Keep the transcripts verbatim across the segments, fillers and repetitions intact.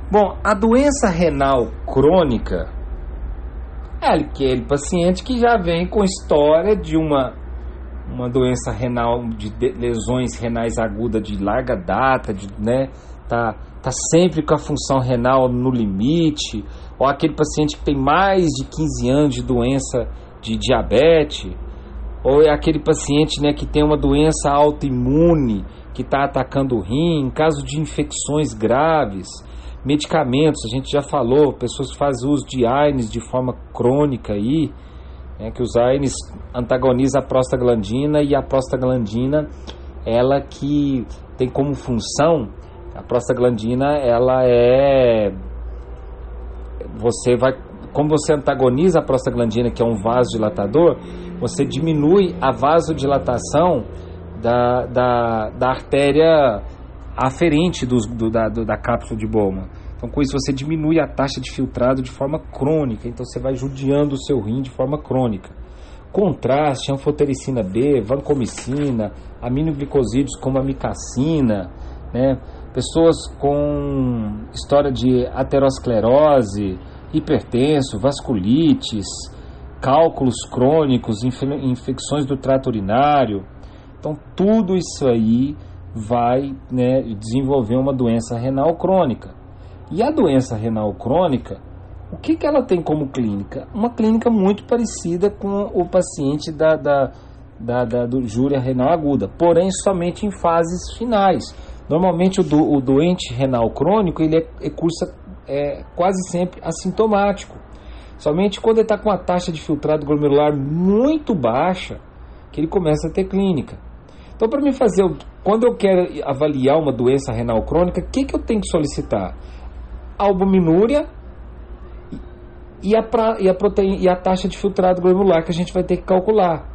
Bom, a doença renal crônica é aquele paciente que já vem com história de uma, uma doença renal, de lesões renais agudas de larga data, de, né, tá, tá sempre com a função renal no limite, ou aquele paciente que tem mais de quinze anos de doença de diabetes, ou é aquele paciente, né, que tem uma doença autoimune que está atacando o rim, em caso de infecções graves, medicamentos, a gente já falou, pessoas que fazem uso de A I N E S de forma crônica aí, né, que os A I N E S antagonizam a prostaglandina, e a prostaglandina, ela que tem como função, a prostaglandina, ela é, você vai, como você antagoniza a prostaglandina, que é um vasodilatador, você diminui a vasodilatação da, da, da artéria aferente do, do, da, do, da cápsula de Bowman. Então, com isso, você diminui a taxa de filtrado de forma crônica. Então, você vai judiando o seu rim de forma crônica. Contraste, anfotericina B, vancomicina, aminoglicosídeos como a micacina, né? Pessoas com história de aterosclerose, hipertenso, vasculites, cálculos crônicos, infecções do trato urinário. Então, tudo isso aí vai, né, desenvolver uma doença renal crônica. E a doença renal crônica, o que, que ela tem como clínica? Uma clínica muito parecida com o paciente da, da, da, da do júria renal aguda, porém somente em fases finais. Normalmente o, do, o doente renal crônico, ele é, é cursa é, quase sempre assintomático. Somente quando ele está com a taxa de filtrado glomerular muito baixa, que ele começa a ter clínica. Então, para mim fazer, quando eu quero avaliar uma doença renal crônica, o que, que eu tenho que solicitar? A albuminúria e a, pra, e, a proteína, e a taxa de filtrado glomerular que a gente vai ter que calcular.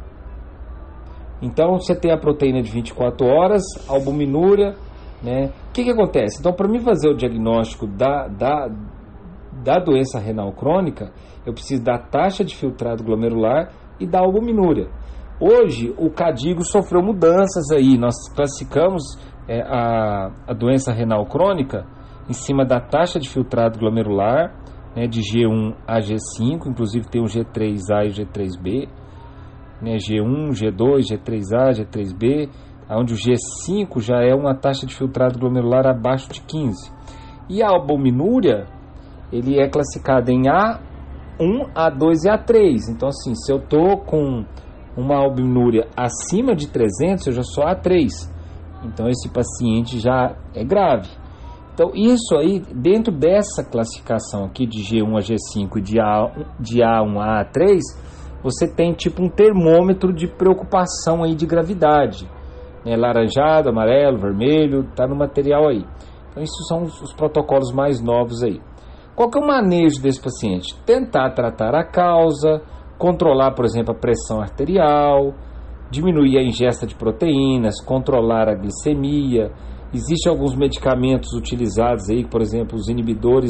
Então, você tem a proteína de vinte e quatro horas, a albuminúria, né? O que, que acontece? Então, para mim fazer o diagnóstico da, da, da doença renal crônica, eu preciso da taxa de filtrado glomerular e da albuminúria. Hoje, o KDIGO sofreu mudanças aí. Nós classificamos é, a, a doença renal crônica em cima da taxa de filtrado glomerular, né, de G um a G cinco, inclusive tem o G três A e o G três B, né, G um, G dois, G três A, G três B, onde o G cinco já é uma taxa de filtrado glomerular abaixo de quinze. E a albuminúria, ele é classificado em A um, A dois e A três. Então, assim, se eu estou com uma albuminúria acima de trezentos, eu já sou A três. Então, esse paciente já é grave. Então, isso aí, dentro dessa classificação aqui de G um a G cinco e de A, de A um a A três, você tem tipo um termômetro de preocupação aí de gravidade. Né? Laranjado, amarelo, vermelho, tá no material aí. Então, esses são os, os protocolos mais novos aí. Qual que é o manejo desse paciente? Tentar tratar a causa, controlar, por exemplo, a pressão arterial, diminuir a ingesta de proteínas, controlar a glicemia. Existem alguns medicamentos utilizados aí, por exemplo, os inibidores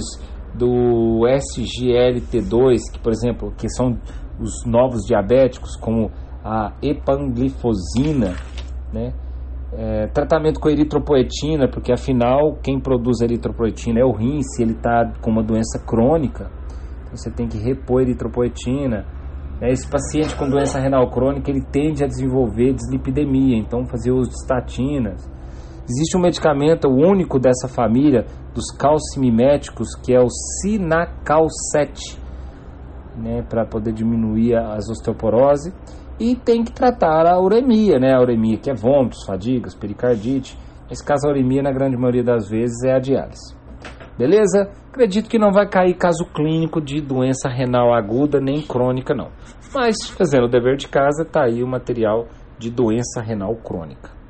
do S G L T dois, que, por exemplo, que são os novos diabéticos, como a epanglifosina, né? É, tratamento com eritropoetina, porque afinal quem produz eritropoetina é o rim, se ele está com uma doença crônica, então você tem que repor eritropoetina. Esse paciente com doença renal crônica, ele tende a desenvolver dislipidemia, então fazer uso de estatinas. Existe um medicamento único dessa família, dos calcimiméticos, que é o Cinacalcet, né, para poder diminuir as osteoporose. E tem que tratar a uremia, né, a uremia que é vômitos, fadigas, pericardite. Nesse caso, a uremia, na grande maioria das vezes, é a diálise. Beleza? Acredito que não vai cair caso clínico de doença renal aguda nem crônica, não. Mas, fazendo o dever de casa, tá aí o material de doença renal crônica.